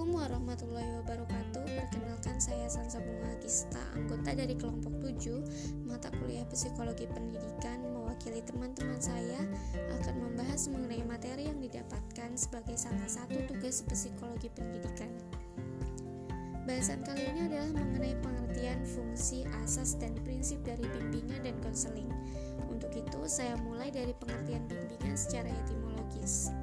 Assalamualaikum warahmatullahi wabarakatuh. Perkenalkan, saya Sansa Bunga Gista, anggota dari kelompok 7 mata kuliah Psikologi Pendidikan. Mewakili teman-teman saya akan membahas mengenai materi yang didapatkan sebagai salah satu tugas psikologi pendidikan. Bahasan kali ini adalah mengenai pengertian fungsi, asas, dan prinsip dari bimbingan dan konseling. Untuk itu, saya mulai dari pengertian bimbingan secara etimologis.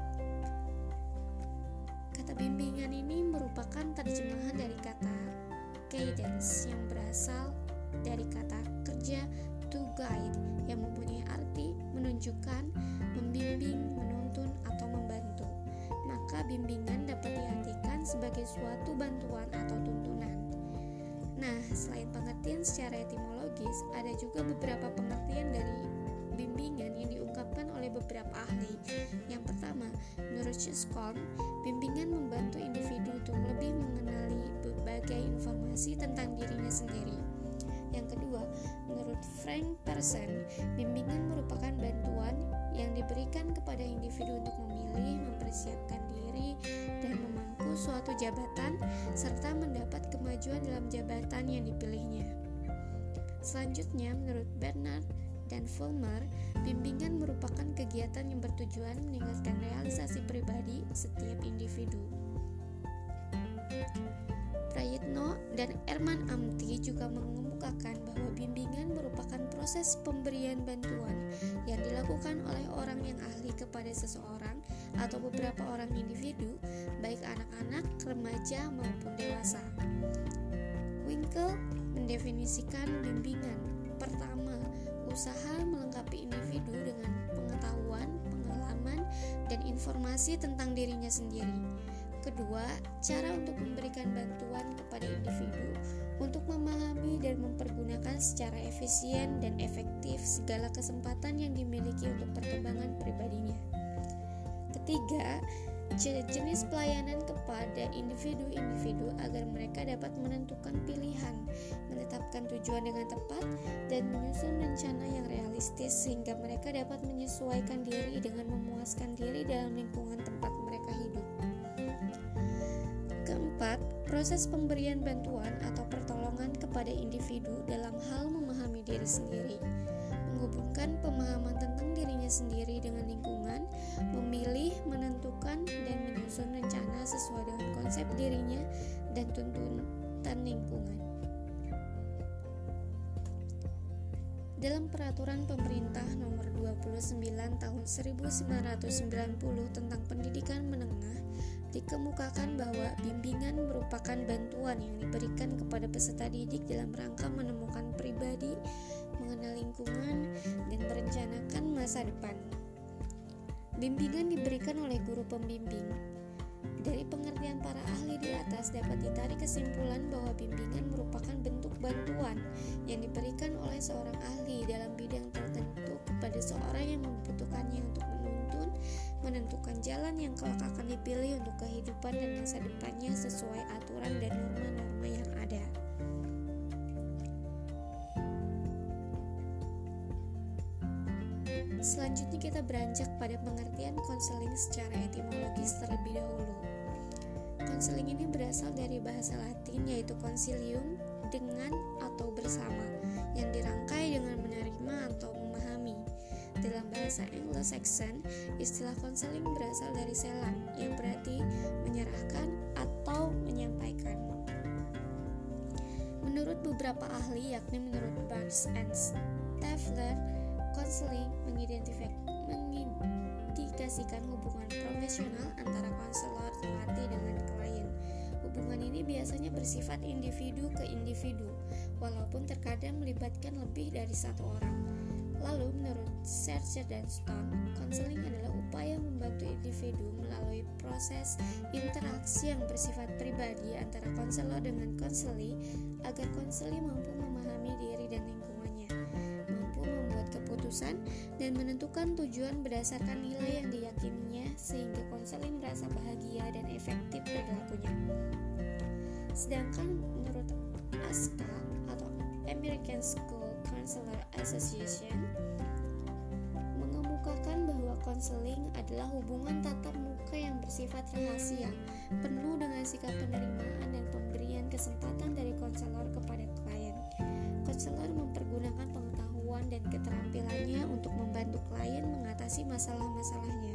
Kata bimbingan ini merupakan terjemahan dari kata guidance yang berasal dari kata kerja to guide yang mempunyai arti menunjukkan, membimbing, menuntun, atau membantu. Maka bimbingan dapat diartikan sebagai suatu bantuan atau tuntunan. Nah, selain pengertian secara etimologis, ada juga beberapa pengertian dari bimbingan yang diungkapkan oleh beberapa ahli. Yang pertama, menurut Shuscombe, bimbingan membantu individu untuk lebih mengenali berbagai informasi tentang dirinya sendiri. Yang kedua, menurut Frank Pearson, bimbingan merupakan bantuan yang diberikan kepada individu untuk memilih, mempersiapkan diri, dan memangku suatu jabatan, serta mendapat kemajuan dalam jabatan yang dipilihnya. Selanjutnya, menurut Bernard dan Fulmer, bimbingan merupakan kegiatan yang bertujuan meningkatkan realisasi pribadi setiap individu. Prayitno dan Erman Amti juga mengemukakan bahwa bimbingan merupakan proses pemberian bantuan yang dilakukan oleh orang yang ahli kepada seseorang atau beberapa orang individu, baik anak-anak, remaja, maupun dewasa. Winkel mendefinisikan bimbingan. Pertama, usaha melengkapi individu dengan pengetahuan, pengalaman, dan informasi tentang dirinya sendiri. Kedua, cara untuk memberikan bantuan kepada individu untuk memahami dan mempergunakan secara efisien dan efektif segala kesempatan yang dimiliki untuk perkembangan pribadinya. Ketiga, jenis pelayanan kepada individu-individu agar mereka dapat menentukan pilihan, menetapkan tujuan dengan tepat, dan menyusun rencana yang realistis sehingga mereka dapat menyesuaikan diri dengan memuaskan diri dalam lingkungan tempat mereka hidup. Keempat, proses pemberian bantuan atau pertolongan kepada individu dalam hal memahami diri sendiri, menghubungkan pemahaman tentang dirinya sendiri dengan lingkungan, memilih, menentukan, dan menyusun rencana sesuai dengan konsep dirinya dan tuntutan lingkungan. Dalam Peraturan Pemerintah Nomor 29 Tahun 1990 tentang Pendidikan Menengah, dikemukakan bahwa bimbingan merupakan bantuan yang diberikan kepada peserta didik dalam rangka menemukan pribadi, mengenal lingkungan, dan merencanakan masa depan. Bimbingan diberikan oleh guru pembimbing. Dari pengertian para ahli di atas dapat ditarik kesimpulan bahwa bimbingan merupakan bentuk bantuan yang diberikan oleh seorang ahli dalam bidang tertentu kepada seorang yang membutuhkannya untuk menuntun, menentukan jalan yang kelak akan dipilih untuk kehidupan dan masa depannya sesuai aturan dan norma-norma yang ada. Selanjutnya kita beranjak pada pengertian konseling secara etimologis terlebih dahulu. Konseling ini berasal dari bahasa Latin yaitu consilium, dengan atau bersama, yang dirangkai dengan menerima atau memahami. Dalam bahasa Anglo-Saxon, istilah konseling berasal dari selan, yang berarti menyerahkan atau menyampaikan. Menurut beberapa ahli, yakni menurut Barnes and Stifler, konseling mengindikasikan hubungan profesional antara konselor terlatih dengan klien. Hubungan ini biasanya bersifat individu ke individu, walaupun terkadang melibatkan lebih dari satu orang. Lalu, menurut Searcher dan Stone, konseling adalah upaya membantu individu melalui proses interaksi yang bersifat pribadi antara konselor dengan konseli agar konseli mampu memahami diri dan lingkungannya, mampu membuat keputusan dan menentukan tujuan berdasarkan nilai yang diyakininya sehingga konseli merasa bahagia dan efektif perilakunya. Sedangkan menurut ASCA atau American School Counselor Association mengemukakan bahwa konseling adalah hubungan tatap muka yang bersifat rahasia, penuh dengan sikap penerimaan dan pemberian kesempatan dari konselor kepada klien. Konselor mempergunakan pengetahuan dan keterampilannya untuk membantu klien mengatasi masalah-masalahnya.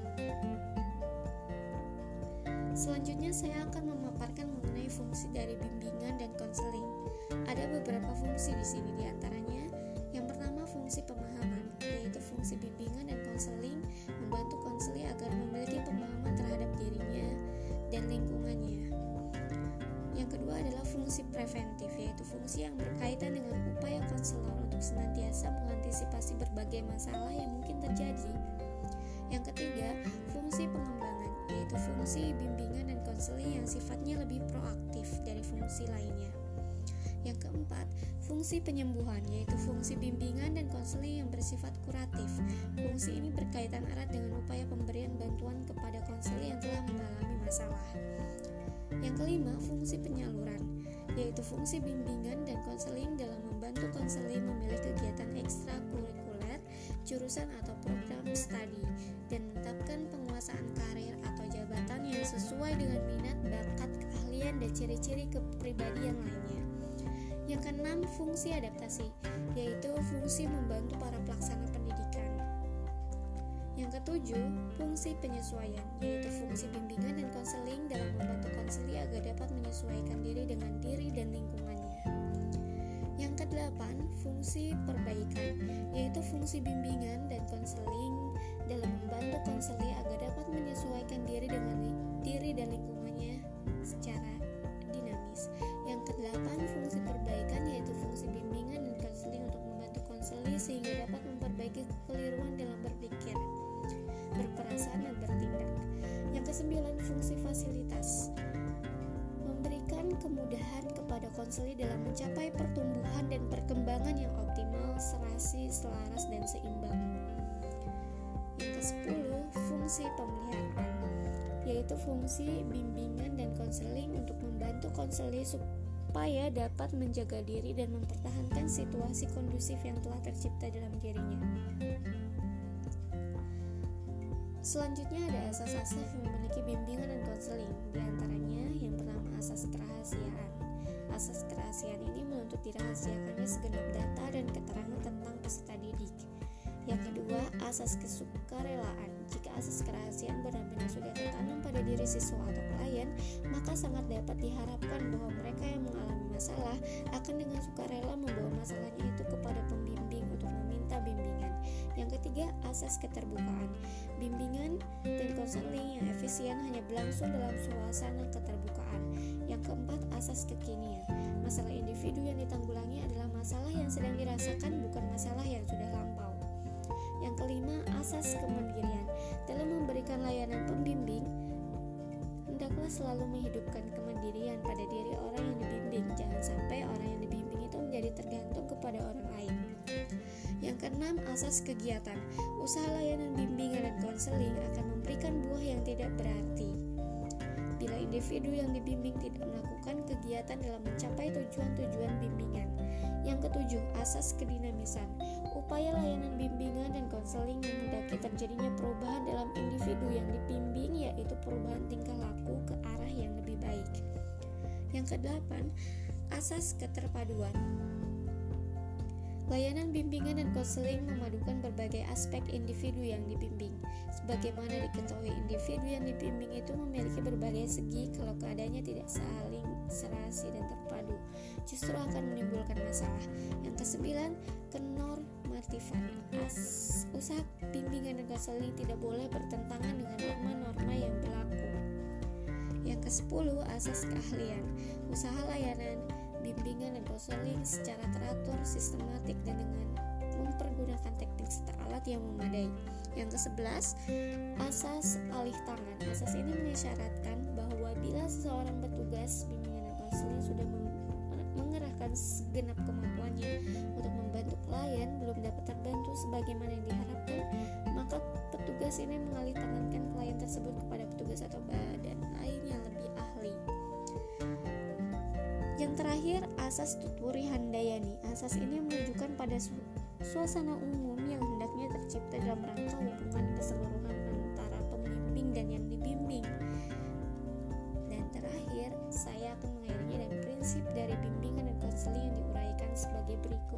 Selanjutnya saya akan memaparkan mengenai fungsi dari bimbingan dan konseling. Ada beberapa fungsi di sini, diantaranya yang pertama fungsi pemahaman, yaitu fungsi bimbingan dan konseling membantu konseli agar memiliki pemahaman terhadap dirinya dan lingkungannya. Yang kedua adalah fungsi preventif, yaitu fungsi yang berkaitan dengan upaya konselor untuk senantiasa mengantisipasi berbagai masalah yang mungkin terjadi. Yang ketiga, fungsi pengembangan, yaitu fungsi bimbingan dan konseling yang sifatnya lebih proaktif dari fungsi lainnya. Yang keempat, fungsi penyembuhan, yaitu fungsi bimbingan dan konseling yang bersifat kuratif. Fungsi ini berkaitan erat dengan upaya pemberian bantuan kepada konseli yang telah mengalami masalah. Yang kelima, fungsi penyaluran, yaitu fungsi bimbingan dan konseling dalam membantu konseli memilih kegiatan ekstrakurikuler, jurusan atau program studi, dan menetapkan penguasaan karir atau jabatan yang sesuai dengan minat, bakat, keahlian, dan ciri-ciri kepribadian lainnya. Yang keenam, fungsi adaptasi, yaitu fungsi membantu para pelaksana pendidikan. Yang ketujuh, fungsi penyesuaian, yaitu fungsi bimbingan dan konseling dalam membantu konseli agar dapat menyesuaikan diri dengan diri dan lingkungannya. Yang kedelapan, fungsi perbaikan, yaitu fungsi bimbingan dan konseling dalam membantu konseli agar dapat menyesuaikan diri dengan diri dan lingkungannya secara dinamis. Yang kedelapan, fungsi perbaikan, yaitu fungsi bimbingan dan konseling untuk membantu konseli sehingga dapat memperbaiki kekeliruan dalam berpikir, berperasaan, dan bertindak. Yang kesembilan, fungsi fasilitas, memberikan kemudahan kepada konseli dalam mencapai pertumbuhan dan perkembangan yang optimal, serasi, selaras, dan seimbang. Yang kesepuluh, fungsi pemeliharaan, yaitu fungsi bimbingan dan konseling untuk membantu konseli supaya dapat menjaga diri dan mempertahankan situasi kondusif yang telah tercipta dalam dirinya. Selanjutnya ada asas-asas yang memiliki bimbingan dan konseling, diantaranya yang pertama asas kerahasiaan. Asas kerahasiaan ini menuntut dirahasiakannya segenap data dan keterangan tentang peserta didik. Yang kedua, asas kesukarelaan. Jika asas kerahasiaan benar-benar sudah tertanam pada diri siswa atau klien, maka sangat dapat diharapkan bahwa mereka yang mengalami masalah akan dengan sukarela membawa masalahnya itu kepada pembimbing untuk meminta bimbingan. Yang ketiga, asas keterbukaan. Bimbingan dan konseling yang efisien hanya berlangsung dalam suasana keterbukaan. Yang keempat, asas kekinian. Masalah individu yang ditanggulangi adalah masalah yang sedang dirasakan, bukan masalah yang sudah lampau. Yang kelima, asas kemandirian. Dalam memberikan layanan pembimbing, hendaklah selalu menghidupkan kemandirian pada diri orang yang dibimbing. Jangan sampai orang yang dibimbing itu menjadi tergantung kepada orang lain. Yang keenam, asas kegiatan. Usaha layanan bimbingan dan konseling akan memberikan buah yang tidak berarti bila individu yang dibimbing tidak melakukan kegiatan dalam mencapai tujuan-tujuan bimbingan. Yang ketujuh, asas kedinamisan. Upaya layanan bimbingan dan konseling menghendaki terjadinya perubahan dalam individu yang dibimbing, yaitu perubahan tingkah laku ke arah yang lebih baik. Yang kedelapan, asas keterpaduan. Layanan bimbingan dan konseling memadukan berbagai aspek individu yang dibimbing. Sebagaimana diketahui, individu yang dibimbing itu memiliki berbagai segi. Kalau keadaannya tidak saling serasi dan terpadu, justru akan menimbulkan masalah. Yang kesembilan, kenormatifan. Usaha bimbingan dan konseling tidak boleh bertentangan dengan norma-norma yang berlaku. Yang kesepuluh, asas keahlian. Usaha layanan bimbingan dan konseling secara teratur, sistematik, dan dengan mempergunakan teknik serta alat yang memadai. Yang ke-11, asas alih tangan. Asas ini mengisyaratkan bahwa bila seseorang petugas bimbingan dan konseling sudah mengerahkan segenap kemampuannya untuk membantu klien belum dapat terbantu sebagaimana yang diharapkan, maka petugas ini mengalih tangankan klien tersebut kepada petugas atau badan lain yang lebih ahli. Yang terakhir, asas tuturi handayani. Asas ini menunjukkan pada suasana umum yang hendaknya tercipta dalam rangka hubungan keseluruhan berikut.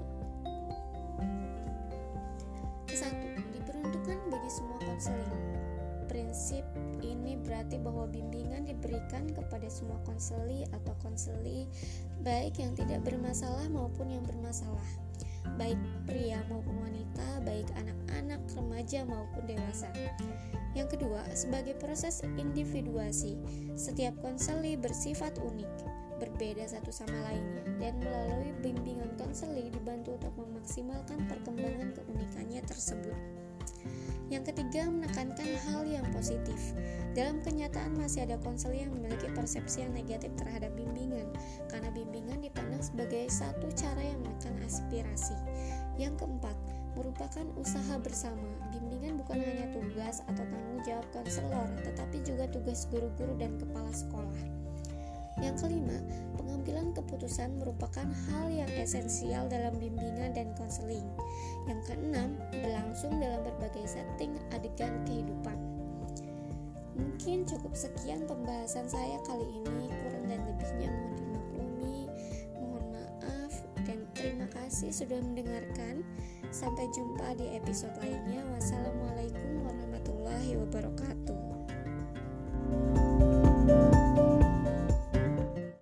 1. Diperuntukkan bagi semua konseling. Prinsip ini berarti bahwa bimbingan diberikan kepada semua konseli atau konseli, baik yang tidak bermasalah maupun yang bermasalah, baik pria maupun wanita, baik anak-anak, remaja maupun dewasa. Yang kedua, sebagai proses individuasi, setiap konseli bersifat unik, berbeda satu sama lainnya, dan melalui bimbingan konseli dibantu untuk memaksimalkan perkembangan keunikannya tersebut. Yang ketiga, menekankan hal yang positif. Dalam kenyataan masih ada konseli yang memiliki persepsi yang negatif terhadap bimbingan, karena bimbingan dipandang sebagai satu cara yang menekan aspirasi. Yang keempat, merupakan usaha bersama. Bimbingan bukan hanya tugas atau tanggung jawab konselor, tetapi juga tugas guru-guru dan kepala sekolah. Yang kelima, pengambilan keputusan merupakan hal yang esensial dalam bimbingan dan konseling. Yang keenam, berlangsung dalam berbagai setting adegan kehidupan. Mungkin cukup sekian pembahasan saya kali ini, kurang dan lebihnya mohon dimaklumi, mohon maaf, dan terima kasih sudah mendengarkan. Sampai jumpa di episode lainnya. Wassalamualaikum warahmatullahi wabarakatuh.